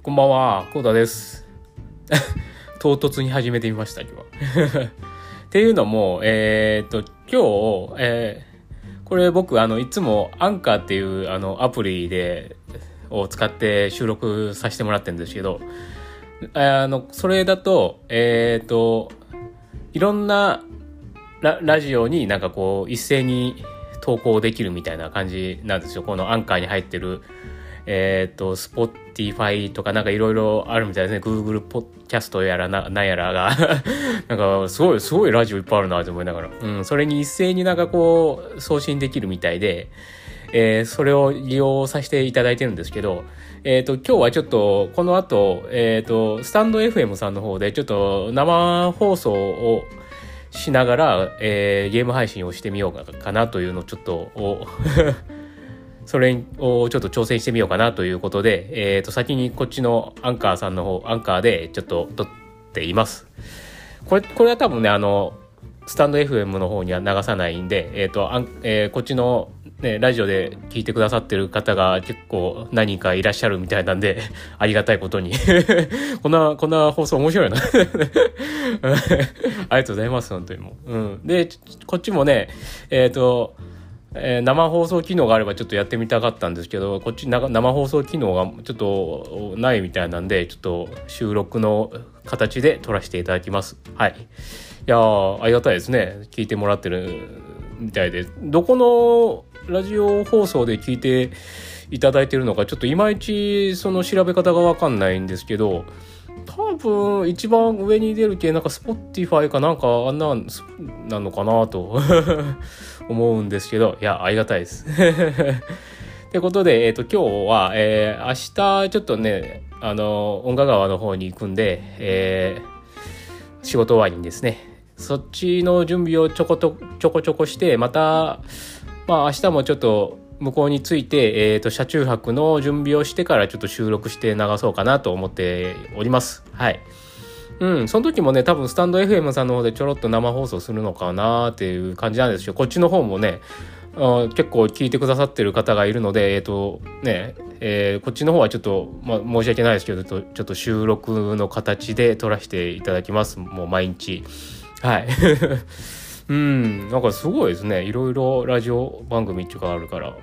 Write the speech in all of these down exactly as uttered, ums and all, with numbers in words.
こんばんは、コウタです。唐突に始めてみました、今日は。っていうのも、えー、っと、今日、えー、これ僕、あの、いつもアンカーっていうあのアプリで、を使って収録させてもらってるんですけど、あの、それだと、えー、っと、いろんなラ、ラジオになんかこう、一斉に投稿できるみたいな感じなんですよ。このアンカーに入ってる、えっ、ー、と、Spotify とかなんかいろいろあるみたいですね。Google ポッキャストやらな、なんやらが。なんか、すごい、すごいラジオいっぱいあるなと思いながら。うん、それに一斉になんかこう、送信できるみたいで、えー、それを利用させていただいてるんですけど、えっ、ー、と、今日はちょっと、この後、えっ、ー、と、スタンド エフエム さんの方で、ちょっと生放送をしながら、えー、ゲーム配信をしてみようかなというのをちょっと、それをちょっと挑戦してみようかなということで、えっと、先にこっちのアンカーさんの方、アンカーでちょっと撮っています。これ、これは多分ね、あの、スタンド エフエム の方には流さないんで、えっと、あんえー、こっちの、ね、ラジオで聞いてくださってる方が結構何人かいらっしゃるみたいなんで、ありがたいことに。こんな、こんな放送面白いな。ありがとうございます、本当にもう。うん。で、こっちもね、えっと、えー、生放送機能があればちょっとやってみたかったんですけど、こっち生放送機能がちょっとないみたいなんで、ちょっと収録の形で撮らせていただきます。はい。いやー、ありがたいですね。聞いてもらってるみたいで、どこのラジオ放送で聞いていただいてるのか、ちょっといまいちその調べ方がわかんないんですけど、多分一番上に出る系なんか Spotify かなんかあんななのかなと思うんですけど、いやありがたいです。ってことで、えっと今日は、えー、明日ちょっとねあの音楽川の方に行くんで、えー、仕事終わりにですねそっちの準備をちょことちょこちょこしてまたまあ明日もちょっと向こうに着いて、えーと、車中泊の準備をしてからちょっと収録して流そうかなと思っております。はい。うん、その時もね、多分スタンド エフエム さんの方でちょろっと生放送するのかなっていう感じなんですよ。こっちの方もね、あ結構聞いてくださってる方がいるので、えっと、ね、えー、こっちの方はちょっと、まあ、申し訳ないですけど、ちょっと収録の形で撮らせていただきます。もう毎日。はい。うん、なんかすごいですね。いろいろラジオ番組っていうかあるから。うん。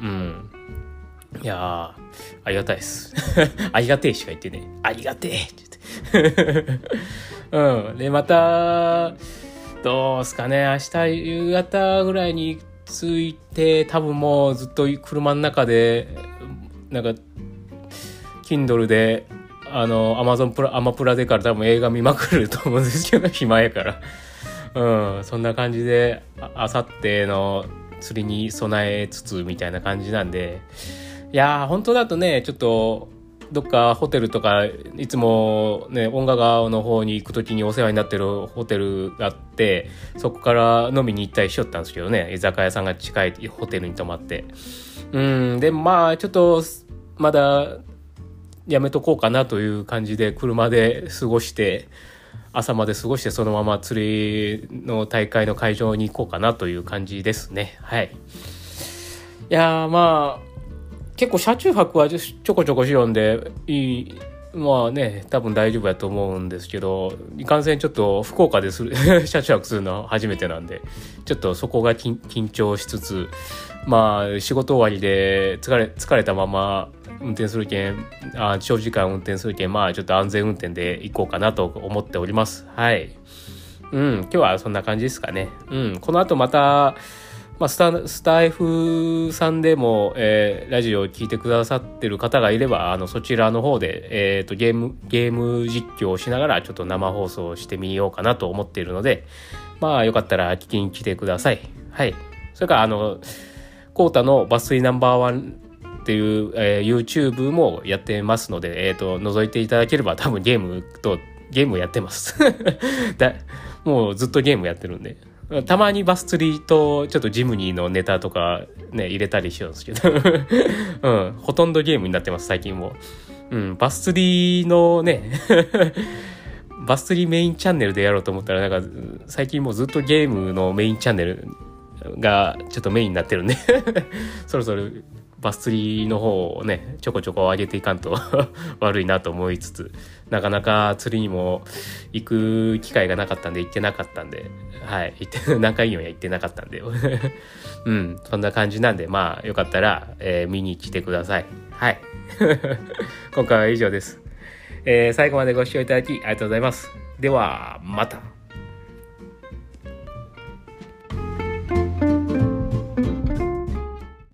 いやー、ありがたいです。ありがてえしか言ってね。ありがてえって言って。うん。で、また、どうすかね。明日夕方ぐらいに着いて、多分もうずっと車の中で、なんか、Kindle で、あの、Amazon プラ、アマプラでから多分映画見まくると思うんですけど、暇やから。うん、そんな感じであさっての釣りに備えつつみたいな感じなんで、いやー本当だとねちょっとどっかホテルとかいつもね音楽川の方に行くときにお世話になってるホテルがあってそこから飲みに行ったりしよったんですけどね居酒屋さんが近いホテルに泊まってうんでまあちょっとまだやめとこうかなという感じで車で過ごして朝まで過ごしてそのまま釣りの大会の会場に行こうかなという感じですね。はい。いやーまあ結構車中泊はちょこちょこしようんでいいまあね多分大丈夫やと思うんですけどいかんせんちょっと福岡でする車中泊するの初めてなんでちょっとそこが緊張しつつまあ仕事終わりで疲れ疲れたまま運転するけんあ長時間運転するけんまあちょっと安全運転で行こうかなと思っております。はい。うん今日はそんな感じですかね。うんこの後またまあスタスタイフさんでも、えー、ラジオを聞いてくださってる方がいればあのそちらの方でえっとゲームゲーム実況をしながらちょっと生放送してみようかなと思っているのでまあよかったら聞きに来てください。はい。それからあのコータのバスイナンバーワンっていう、えー、YouTube もやってますので、えっと、覗いていただければ多分ゲームと、ゲームやってます。だもうずっとゲームやってるんで。たまにバス釣りとちょっとジムニーのネタとかね、入れたりしようんですけど。うん、ほとんどゲームになってます、最近も。うん、バス釣りのね、バス釣りメインチャンネルでやろうと思ったら、なんか最近もうずっとゲームのメインチャンネルがちょっとメインになってるんで、そろそろバス釣りの方をねちょこちょこ上げていかんと悪いなと思いつつ、なかなか釣りにも行く機会がなかったんで行ってなかったんで、はい行って何回言うんや行ってなかったんでうんそんな感じなんで、まあよかったら、えー、見に来てください。はい今回は以上です。えー、最後までご視聴いただきありがとうございます。ではまた。